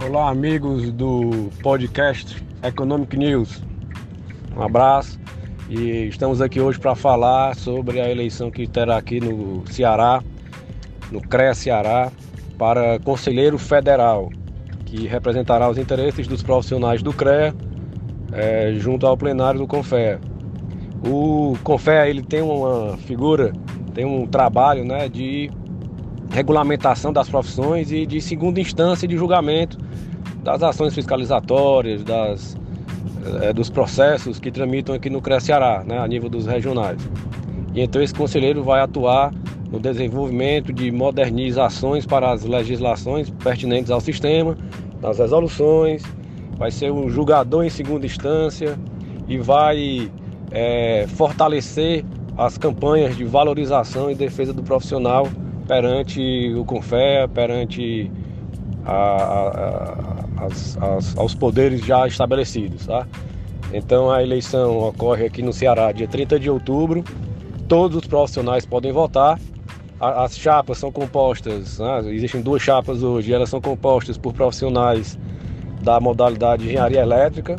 Olá, amigos do podcast Economic News. Um abraço e estamos aqui hoje para falar sobre a eleição que terá aqui no Ceará, no CREA Ceará, para conselheiro federal, que representará os interesses dos profissionais do CREA junto ao plenário do CONFEA. O CONFEA ele tem uma figura, tem um trabalho, de regulamentação das profissões e de segunda instância de julgamento das ações fiscalizatórias, dos processos que tramitam aqui no CREA Ceará, a nível dos regionais. E então esse conselheiro vai atuar no desenvolvimento de modernizações para as legislações pertinentes ao sistema, nas resoluções, vai ser um julgador em segunda instância e vai fortalecer as campanhas de valorização e defesa do profissional perante o CONFEA, perante aos poderes já estabelecidos, tá? Então a eleição ocorre aqui no Ceará dia 30 de outubro, todos os profissionais podem votar, as chapas são compostas, existem duas chapas hoje, elas são compostas por profissionais da modalidade de engenharia elétrica,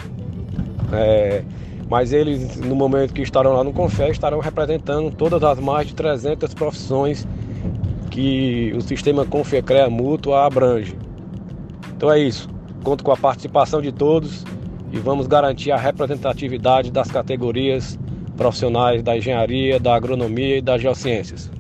mas eles no momento que estarão lá no CONFEA estarão representando todas as mais de 300 profissões que o sistema CONFEA-CREA Mútua abrange. Então é isso, conto com a participação de todos e vamos garantir a representatividade das categorias profissionais da engenharia, da agronomia e das geociências.